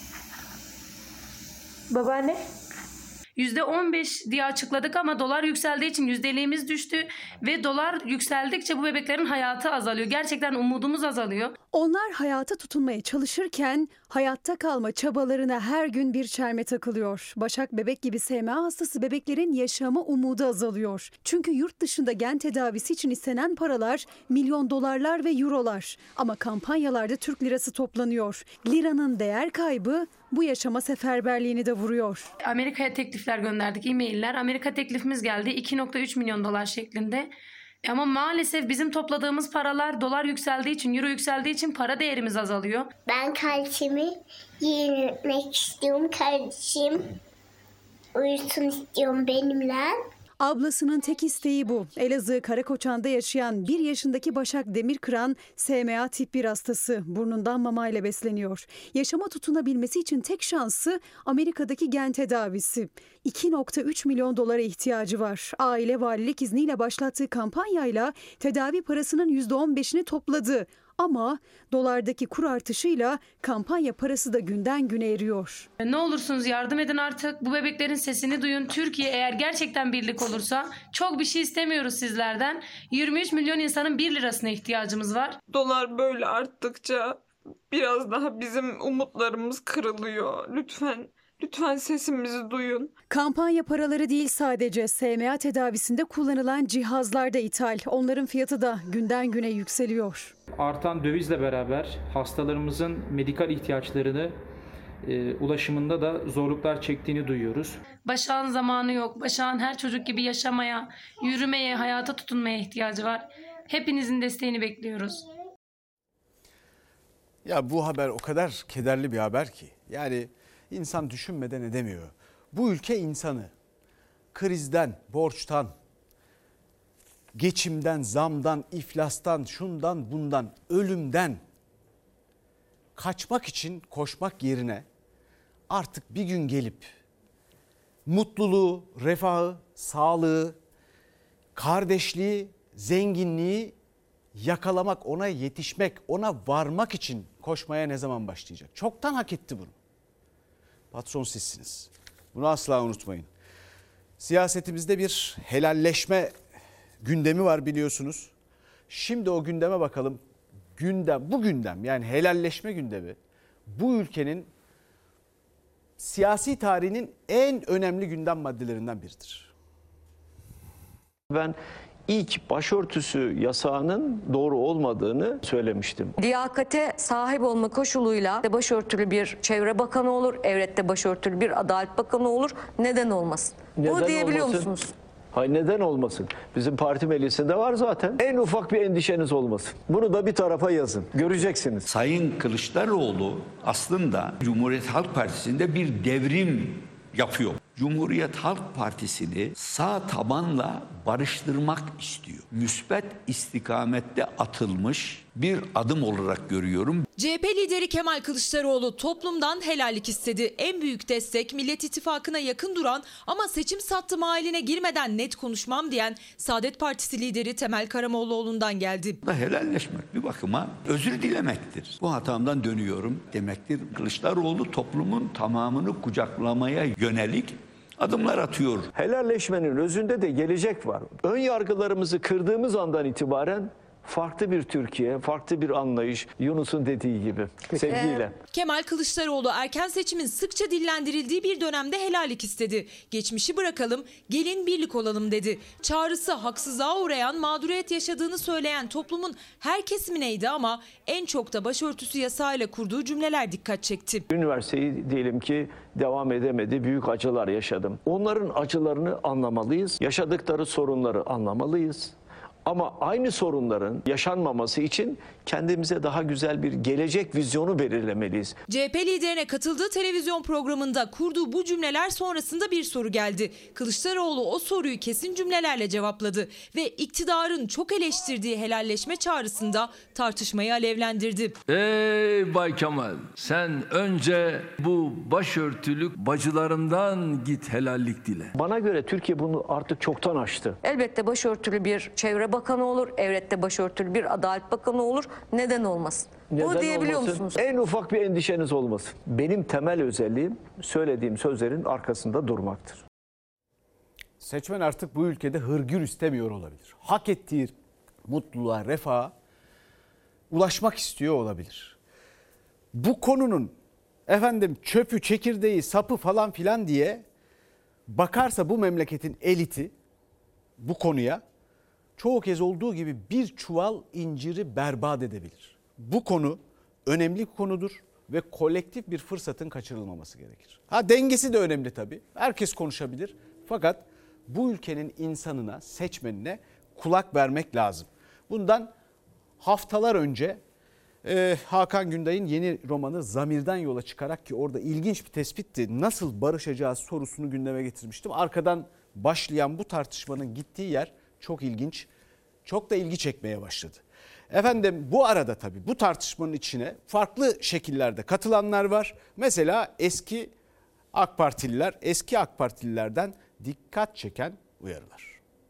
Babaanne? %15 diye açıkladık ama dolar yükseldiği için yüzdeliğimiz düştü ve dolar yükseldikçe bu bebeklerin hayatı azalıyor. Gerçekten umudumuz azalıyor. Onlar hayata tutunmaya çalışırken hayatta kalma çabalarına her gün bir çelme takılıyor. Başak bebek gibi SMA hastası bebeklerin yaşama umudu azalıyor. Çünkü yurt dışında gen tedavisi için istenen paralar milyon dolarlar ve eurolar. Ama kampanyalarda Türk lirası toplanıyor. Liranın değer kaybı bu yaşama seferberliğini de vuruyor. Amerika'ya teklifler gönderdik, e-mailler. Amerika teklifimiz geldi 2.3 milyon dolar şeklinde. Ama maalesef bizim topladığımız paralar dolar yükseldiği için, euro yükseldiği için para değerimiz azalıyor. Ben kardeşimi yenilmek istiyorum. Kardeşim uyusun istiyorum benimle. Ablasının tek isteği bu. Elazığ Karakoçan'da yaşayan 1 yaşındaki Başak Demirkıran SMA tip 1 hastası. Burnundan mamayla besleniyor. Yaşama tutunabilmesi için tek şansı Amerika'daki gen tedavisi. 2.3 milyon dolara ihtiyacı var. Aile valilik izniyle başlattığı kampanyayla tedavi parasının %15'ini topladı. Ama dolardaki kur artışıyla kampanya parası da günden güne eriyor. Ne olursunuz yardım edin artık. Bu bebeklerin sesini duyun. Türkiye eğer gerçekten birlik olursa, çok bir şey istemiyoruz sizlerden. 23 milyon insanın 1 lirasına ihtiyacımız var. Dolar böyle arttıkça biraz daha bizim umutlarımız kırılıyor. Lütfen sesimizi duyun. Kampanya paraları değil sadece SMA tedavisinde kullanılan cihazlar da ithal. Onların fiyatı da günden güne yükseliyor. Artan dövizle beraber hastalarımızın medikal ihtiyaçlarını ulaşımında da zorluklar çektiğini duyuyoruz. Başak'ın zamanı yok. Başak'ın her çocuk gibi yaşamaya, yürümeye, hayata tutunmaya ihtiyacı var. Hepinizin desteğini bekliyoruz. Ya bu haber o kadar kederli bir haber ki. Yani insan düşünmeden edemiyor. Bu ülke insanı krizden, borçtan, geçimden, zamdan, iflastan, şundan, bundan, ölümden kaçmak için koşmak yerine artık bir gün gelip mutluluğu, refahı, sağlığı, kardeşliği, zenginliği yakalamak, ona yetişmek, ona varmak için koşmaya ne zaman başlayacak? Çoktan hak etti bunu. Patron sizsiniz. Bunu asla unutmayın. Siyasetimizde bir helalleşme gündemi var biliyorsunuz. Şimdi o gündeme bakalım. Bu gündem yani helalleşme gündemi bu ülkenin siyasi tarihinin en önemli gündem maddelerinden biridir. Ben ilk başörtüsü yasağının doğru olmadığını söylemiştim. Liyakate sahip olma koşuluyla başörtülü bir çevre bakanı olur, evlette başörtülü bir adalet bakanı olur. Neden olmasın? Bunu diyebiliyor musunuz? Hayır, neden olmasın? Bizim parti meclisinde var zaten. En ufak bir endişeniz olmasın. Bunu da bir tarafa yazın. Göreceksiniz. Sayın Kılıçdaroğlu aslında Cumhuriyet Halk Partisi'nde bir devrim yapıyor. Cumhuriyet Halk Partisi'ni sağ tabanla barıştırmak istiyor. Müsbet istikamette atılmış bir adım olarak görüyorum. CHP lideri Kemal Kılıçdaroğlu toplumdan helallik istedi. En büyük destek Millet İttifakı'na yakın duran ama seçim sattım haline girmeden net konuşmam diyen Saadet Partisi lideri Temel Karamollaoğlu'ndan geldi. Helalleşmek bir bakıma özür dilemektir. Bu hatamdan dönüyorum demektir. Kılıçdaroğlu toplumun tamamını kucaklamaya yönelik adımlar atıyor. Helalleşmenin özünde de gelecek var. Ön yargılarımızı kırdığımız andan itibaren Farklı bir Türkiye, farklı bir anlayış, Yunus'un dediği gibi. Sevgiyle. Kemal Kılıçdaroğlu erken seçimin sıkça dillendirildiği bir dönemde helallik istedi. Geçmişi bırakalım, gelin birlik olalım dedi. Çağrısı haksızlığa uğrayan, mağduriyet yaşadığını söyleyen toplumun her kesimindeydi ama en çok da başörtüsü yasağıyla kurduğu cümleler dikkat çekti. Üniversiteyi diyelim ki devam edemedi, büyük acılar yaşadım. Onların acılarını anlamalıyız, yaşadıkları sorunları anlamalıyız. Ama aynı sorunların yaşanmaması için kendimize daha güzel bir gelecek vizyonu belirlemeliyiz. CHP liderine katıldığı televizyon programında kurduğu bu cümleler sonrasında bir soru geldi. Kılıçdaroğlu o soruyu kesin cümlelerle cevapladı ve iktidarın çok eleştirdiği helalleşme çağrısında tartışmayı alevlendirdi. Ey Bay Kemal, sen önce bu başörtülük bacılarından git helallik dile. Bana göre Türkiye bunu artık çoktan aştı. Elbette başörtülü bir Çevre Bakanı olur, elbette başörtülü bir Adalet Bakanı olur. Neden olmasın? Bunu diyebiliyor musunuz? En ufak bir endişeniz olmasın. Benim temel özelliğim söylediğim sözlerin arkasında durmaktır. Seçmen artık bu ülkede hırgür istemiyor olabilir. Hak ettiği mutluluğa, refaha ulaşmak istiyor olabilir. Bu konunun çöpü, çekirdeği, sapı falan filan diye bakarsa bu memleketin eliti bu konuya çoğu kez olduğu gibi bir çuval inciri berbat edebilir. Bu konu önemli bir konudur ve kolektif bir fırsatın kaçırılmaması gerekir. Dengesi de önemli tabii. Herkes konuşabilir. Fakat bu ülkenin insanına, seçmenine kulak vermek lazım. Bundan haftalar önce Hakan Günday'ın yeni romanı Zamir'den yola çıkarak, ki orada ilginç bir tespitti, nasıl barışacağız sorusunu gündeme getirmiştim. Arkadan başlayan bu tartışmanın gittiği yer çok ilginç, çok da ilgi çekmeye başladı. Bu arada tabii bu tartışmanın içine farklı şekillerde katılanlar var. Mesela eski AK Partililerden dikkat çeken uyarılar.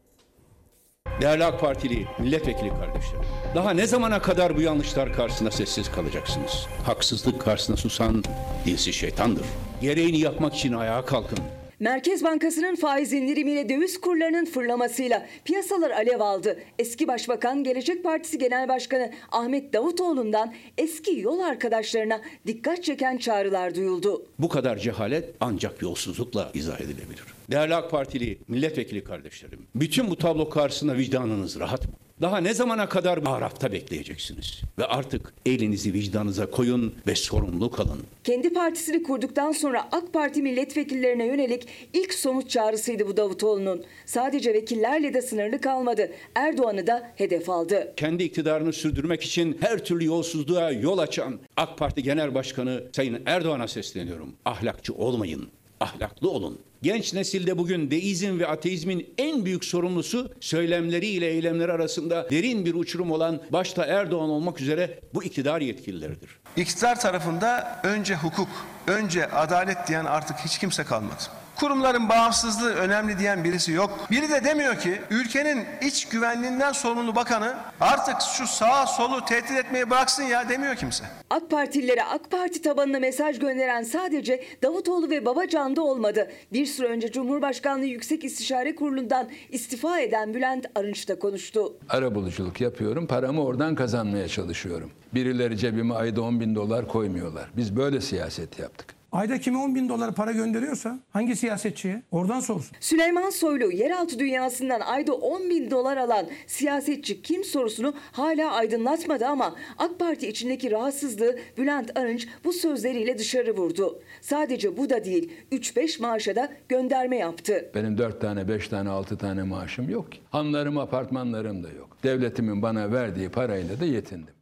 Değerli AK Partili milletvekili kardeşlerim, daha ne zamana kadar bu yanlışlar karşısında sessiz kalacaksınız? Haksızlık karşısında susan dilsiz şeytandır. Gereğini yapmak için ayağa kalkın. Merkez Bankası'nın faiz indirimiyle döviz kurlarının fırlamasıyla piyasalar alev aldı. Eski Başbakan, Gelecek Partisi Genel Başkanı Ahmet Davutoğlu'ndan eski yol arkadaşlarına dikkat çeken çağrılar duyuldu. Bu kadar cehalet ancak yolsuzlukla izah edilebilir. Değerli AK Partili milletvekili kardeşlerim, bütün bu tablo karşısında vicdanınız rahat mı? Daha ne zamana kadar bu arafta bekleyeceksiniz? Ve artık elinizi vicdanınıza koyun ve sorumluluk alın. Kendi partisini kurduktan sonra AK Parti milletvekillerine yönelik ilk somut çağrısıydı bu Davutoğlu'nun. Sadece vekillerle de sınırlı kalmadı. Erdoğan'ı da hedef aldı. Kendi iktidarını sürdürmek için her türlü yolsuzluğa yol açan AK Parti Genel Başkanı Sayın Erdoğan'a sesleniyorum. Ahlakçı olmayın, ahlaklı olun. Genç nesilde bugün deizm ve ateizmin en büyük sorumlusu söylemleriyle eylemleri arasında derin bir uçurum olan başta Erdoğan olmak üzere bu iktidar yetkilileridir. İktidar tarafında önce hukuk, önce adalet diyen artık hiç kimse kalmadı. Kurumların bağımsızlığı önemli diyen birisi yok. Biri de demiyor ki ülkenin iç güvenliğinden sorumlu bakanı artık şu sağa solu tehdit etmeyi bıraksın ya, demiyor kimse. AK Partililere AK Parti tabanına mesaj gönderen sadece Davutoğlu ve Babacan'da olmadı. Bir süre önce Cumhurbaşkanlığı Yüksek İstişare Kurulu'ndan istifa eden Bülent Arınç da konuştu. Arabuluculuk yapıyorum, paramı oradan kazanmaya çalışıyorum. Birileri cebime ayda 10.000 dolar koymuyorlar. Biz böyle siyaset yaptık. Ayda kime 10.000 dolar para gönderiyorsa hangi siyasetçiye oradan sorsun. Süleyman Soylu yeraltı dünyasından ayda 10.000 dolar alan siyasetçi kim sorusunu hala aydınlatmadı ama AK Parti içindeki rahatsızlığı Bülent Arınç bu sözleriyle dışarı vurdu. Sadece bu da değil, 3-5 maaşa da gönderme yaptı. Benim 4 tane, 5 tane, 6 tane maaşım yok ki. Hanlarım, apartmanlarım da yok. Devletimin bana verdiği parayla da yetindim.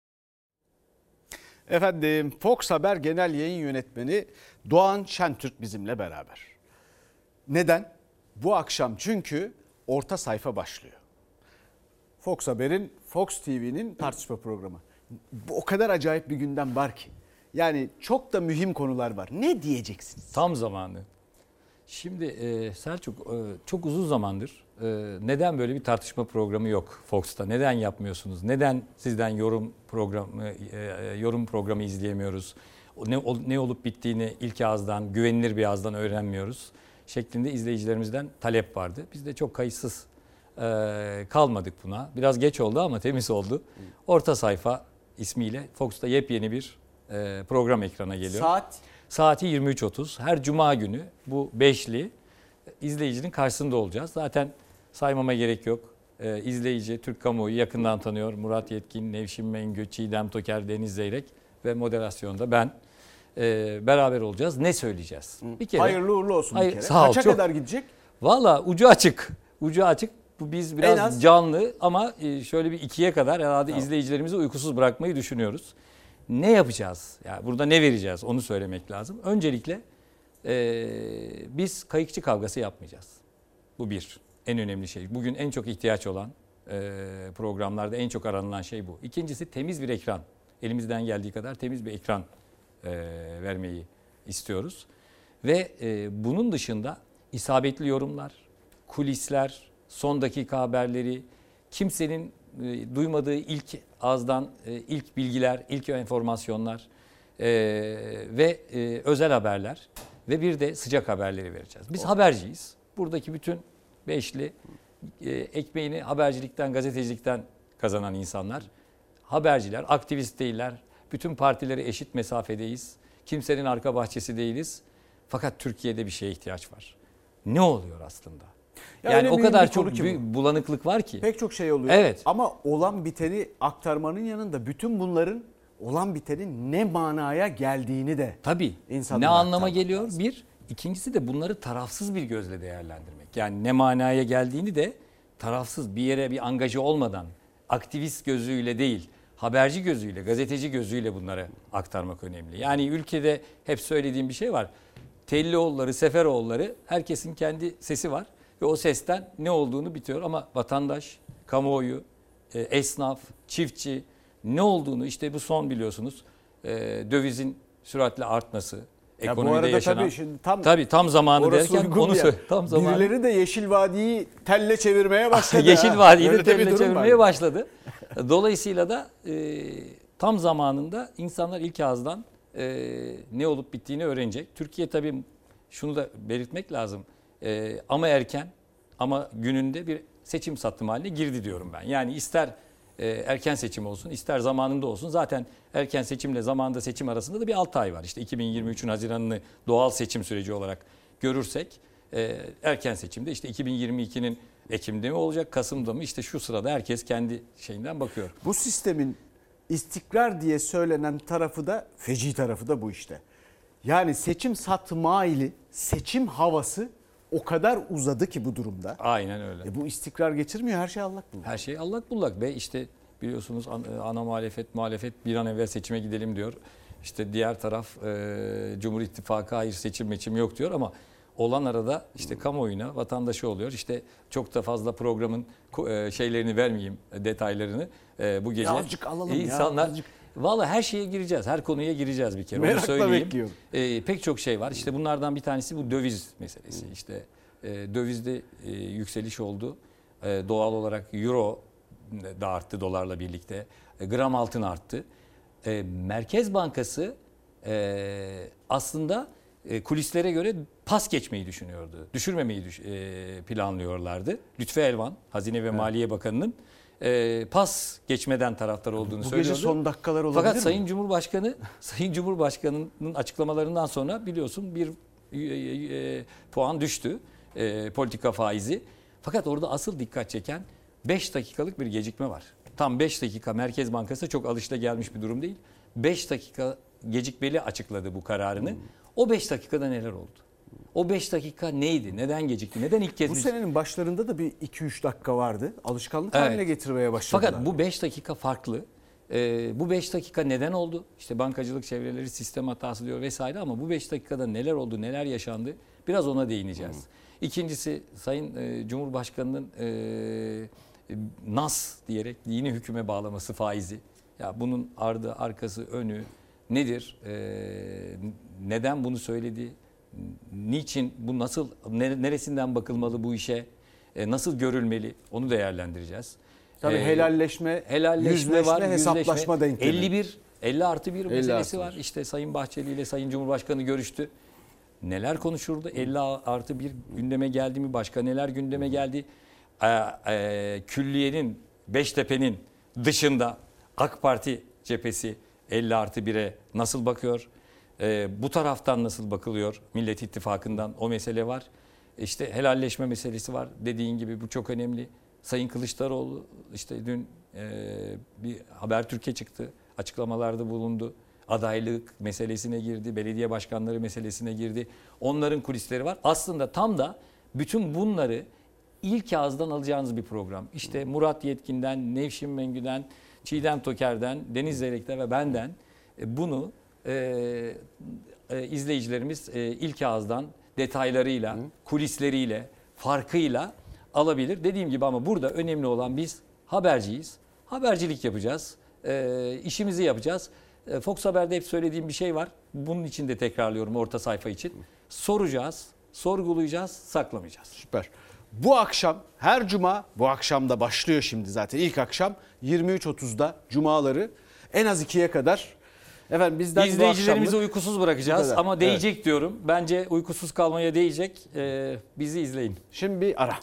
Fox Haber Genel Yayın Yönetmeni Doğan Şentürk bizimle beraber. Neden? Bu akşam çünkü orta sayfa başlıyor. Fox Haber'in, Fox TV'nin tartışma programı. O kadar acayip bir gündem var ki. Yani çok da mühim konular var. Ne diyeceksiniz? Tam zamanı. Şimdi Selçuk, çok uzun zamandır neden böyle bir tartışma programı yok Fox'ta? Neden yapmıyorsunuz? Neden sizden yorum programı izleyemiyoruz? Ne olup bittiğini ilk ağızdan, güvenilir bir ağızdan öğrenmiyoruz şeklinde izleyicilerimizden talep vardı. Biz de çok kayıtsız kalmadık buna. Biraz geç oldu ama temiz oldu. Orta sayfa ismiyle Fox'ta yepyeni bir program ekrana geliyor. Saati 23.30. Her cuma günü bu beşli izleyicinin karşısında olacağız. Zaten saymama gerek yok. İzleyici, Türk kamuoyu yakından tanıyor. Murat Yetkin, Nevşin Mengü, Çiğdem Toker, Deniz Zeyrek ve moderasyonda ben. Beraber olacağız. Ne söyleyeceğiz? Bir kere. Hayırlı uğurlu olsun bir kere. Sağ ol, Kaça kadar gidecek? Valla ucu açık. Ucu açık. Bu biz biraz canlı ama şöyle bir 2'ye kadar herhalde izleyicilerimizi uykusuz bırakmayı düşünüyoruz. Ne yapacağız? Yani burada ne vereceğiz? Onu söylemek lazım. Öncelikle biz kayıkçı kavgası yapmayacağız. Bu bir. En önemli şey. Bugün en çok ihtiyaç olan programlarda en çok aranılan şey bu. İkincisi temiz bir ekran. Elimizden geldiği kadar temiz bir ekran vermeyi istiyoruz. Ve bunun dışında isabetli yorumlar, kulisler, son dakika haberleri, kimsenin duymadığı ilk ağızdan ilk bilgiler, ilk enformasyonlar ve özel haberler ve bir de sıcak haberleri vereceğiz. Biz haberciyiz. Buradaki bütün beşli ekmeğini habercilikten, gazetecilikten kazanan insanlar. Haberciler, aktivist değiller. Bütün partilere eşit mesafedeyiz. Kimsenin arka bahçesi değiliz. Fakat Türkiye'de bir şeye ihtiyaç var. Ne oluyor aslında? Yani o kadar çok büyük bulanıklık var ki. Pek çok şey oluyor. Evet. Ama olan biteni aktarmanın yanında bütün bunların olan bitenin ne manaya geldiğini de ne anlama geliyor? Lazım. Bir. İkincisi de bunları tarafsız bir gözle değerlendirmek. Yani ne manaya geldiğini de tarafsız bir yere bir angaje olmadan aktivist gözüyle değil, haberci gözüyle, gazeteci gözüyle bunları aktarmak önemli. Yani ülkede hep söylediğim bir şey var. Tellioğulları, Seferoğulları herkesin kendi sesi var ve o sesten ne olduğunu bitiyor ama vatandaş, kamuoyu, esnaf, çiftçi ne olduğunu işte bu son biliyorsunuz dövizin süratle artması, ekonomide yaşanan. Tam zamanı derken onu tam zamanı. Birileri de Yeşil Vadi'yi telle çevirmeye başladı. Yeşil Vadi'yi de telle çevirmeye başladı. Dolayısıyla da tam zamanında insanlar ilk ağızdan ne olup bittiğini öğrenecek. Türkiye tabii şunu da belirtmek lazım. Ama erken ama gününde bir seçim sattım haline girdi diyorum ben. Yani ister erken seçim olsun, ister zamanında olsun. Zaten erken seçimle zamanında seçim arasında da bir 6 ay var. İşte 2023'ün Haziran'ını doğal seçim süreci olarak görürsek erken seçimde işte 2022'nin Ekim'de mi olacak, Kasım'da mı? İşte şu sırada herkes kendi şeyinden bakıyor. Bu sistemin istikrar diye söylenen tarafı da, feci tarafı da bu işte. Yani seçim satmaili, seçim havası o kadar uzadı ki bu durumda. Aynen öyle. Bu istikrar getirmiyor, her şey allak bullak. Her şey allak bullak ve işte biliyorsunuz ana muhalefet bir an evvel seçime gidelim diyor. İşte diğer taraf Cumhur İttifakı hayır seçim yok diyor ama olan arada işte kamuoyuna, vatandaşı oluyor. İşte çok da fazla programın şeylerini vermeyeyim, detaylarını bu gece. Azıcık alalım insanlar, ya. Azıcık. Vallahi her şeye gireceğiz, her konuya gireceğiz bir kere. Merakla onu söyleyeyim. bekliyorum. Pek çok şey var. İşte bunlardan bir tanesi bu döviz meselesi. İşte dövizde yükseliş oldu. Doğal olarak euro da arttı dolarla birlikte. Gram altın arttı. Merkez Bankası aslında kulislere göre pas geçmeyi düşünüyordu. Düşürmemeyi planlıyorlardı. Lütfü Elvan, Hazine ve Maliye Bakanı'nın pas geçmeden taraftar olduğunu söylüyordu. Bu gece son dakikalar olabilir Fakat mi? Sayın Cumhurbaşkanı'nın açıklamalarından sonra biliyorsun bir puan düştü politika faizi. Fakat orada asıl dikkat çeken 5 dakikalık bir gecikme var. Tam 5 dakika Merkez Bankası çok alışılagelmiş bir durum değil. 5 dakika gecikmeli açıkladı bu kararını. O 5 dakikada neler oldu? O 5 dakika neydi? Neden gecikti? Neden ilk kez? Bu senenin başlarında da bir 2-3 dakika vardı. Alışkanlık haline getirmeye başladılar. Fakat bu 5 dakika farklı. Bu 5 dakika neden oldu? İşte bankacılık çevreleri sistem hatası diyor vesaire ama bu 5 dakikada neler oldu, neler yaşandı? Biraz ona değineceğiz. İkincisi Sayın Cumhurbaşkanı'nın nas diyerek dini hüküme bağlaması faizi. Ya bunun ardı, arkası, önü nedir? Neden bunu söyledi? Niçin? Bu nasıl? Neresinden bakılmalı bu işe? Nasıl görülmeli? Onu değerlendireceğiz. Tabii helalleşme yüzleşme, var, hesaplaşma denklemi. 50+1 meselesi var. İşte Sayın Bahçeli ile Sayın Cumhurbaşkanı görüştü. Neler konuşuldu? 50+1 gündeme geldi mi? Başka neler gündeme geldi? külliyenin, Beştepe'nin dışında AK Parti cephesi 50+1'e nasıl bakıyor? Bu taraftan nasıl bakılıyor? Millet İttifakı'ndan o mesele var. İşte helalleşme meselesi var. Dediğin gibi bu çok önemli. Sayın Kılıçdaroğlu işte dün bir Habertürk'e çıktı. Açıklamalarda bulundu. Adaylık meselesine girdi. Belediye başkanları meselesine girdi. Onların kulisleri var. Aslında tam da bütün bunları ilk ağızdan alacağınız bir program. İşte Murat Yetkin'den, Nevşin Mengü'den, Çiğdem Toker'den, Deniz Zeyrek'ten ve benden bunu izleyicilerimiz ilk ağızdan detaylarıyla, kulisleriyle, farkıyla alabilir. Dediğim gibi ama burada önemli olan biz haberciyiz. Habercilik yapacağız. İşimizi yapacağız. Fox Haber'de hep söylediğim bir şey var. Bunun için de tekrarlıyorum orta sayfa için. Soracağız, sorgulayacağız, saklamayacağız. Süper. Bu akşam her cuma, bu akşam da başlıyor şimdi zaten ilk akşam 23.30'da cumaları en az 2'ye kadar. Efendim bizden İzleyicilerimizi uykusuz bırakacağız ama değecek evet. diyorum. Bence uykusuz kalmaya değecek. Bizi izleyin. Şimdi bir ara.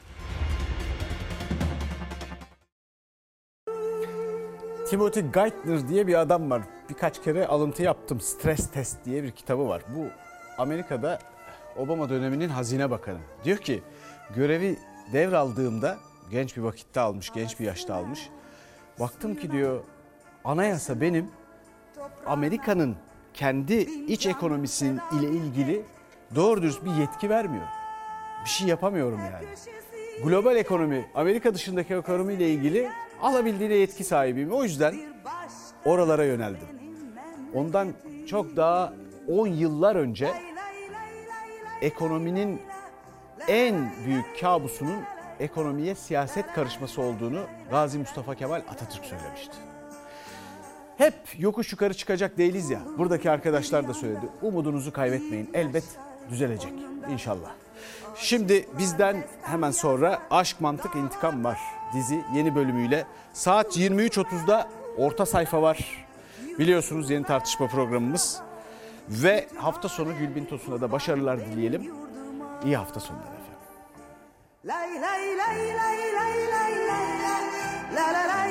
Timothy Geithner diye bir adam var. Birkaç kere alıntı yaptım. Stres Test diye bir kitabı var. Bu Amerika'da Obama döneminin Hazine Bakanı. Diyor ki görevi devraldığımda genç bir vakitte almış, genç bir yaşta almış. Baktım ki diyor anayasa benim Amerika'nın kendi iç ekonomisinin ile ilgili doğru dürüst bir yetki vermiyor. Bir şey yapamıyorum yani. Global ekonomi, Amerika dışındaki ekonomiyle ilgili alabildiğine yetki sahibiyim. O yüzden oralara yöneldim. Ondan çok daha 10 yıllar önce ekonominin en büyük kabusunun ekonomiye siyaset karışması olduğunu Gazi Mustafa Kemal Atatürk söylemişti. Hep yokuş yukarı çıkacak değiliz ya. Buradaki arkadaşlar da söyledi. Umudunuzu kaybetmeyin. Elbet düzelecek inşallah. Şimdi bizden hemen sonra Aşk Mantık İntikam var dizi yeni bölümüyle. Saat 23.30'da orta sayfa var. Biliyorsunuz yeni tartışma programımız. Ve hafta sonu Gülbin Tosun'a da başarılar dileyelim. İyi hafta sonları efendim.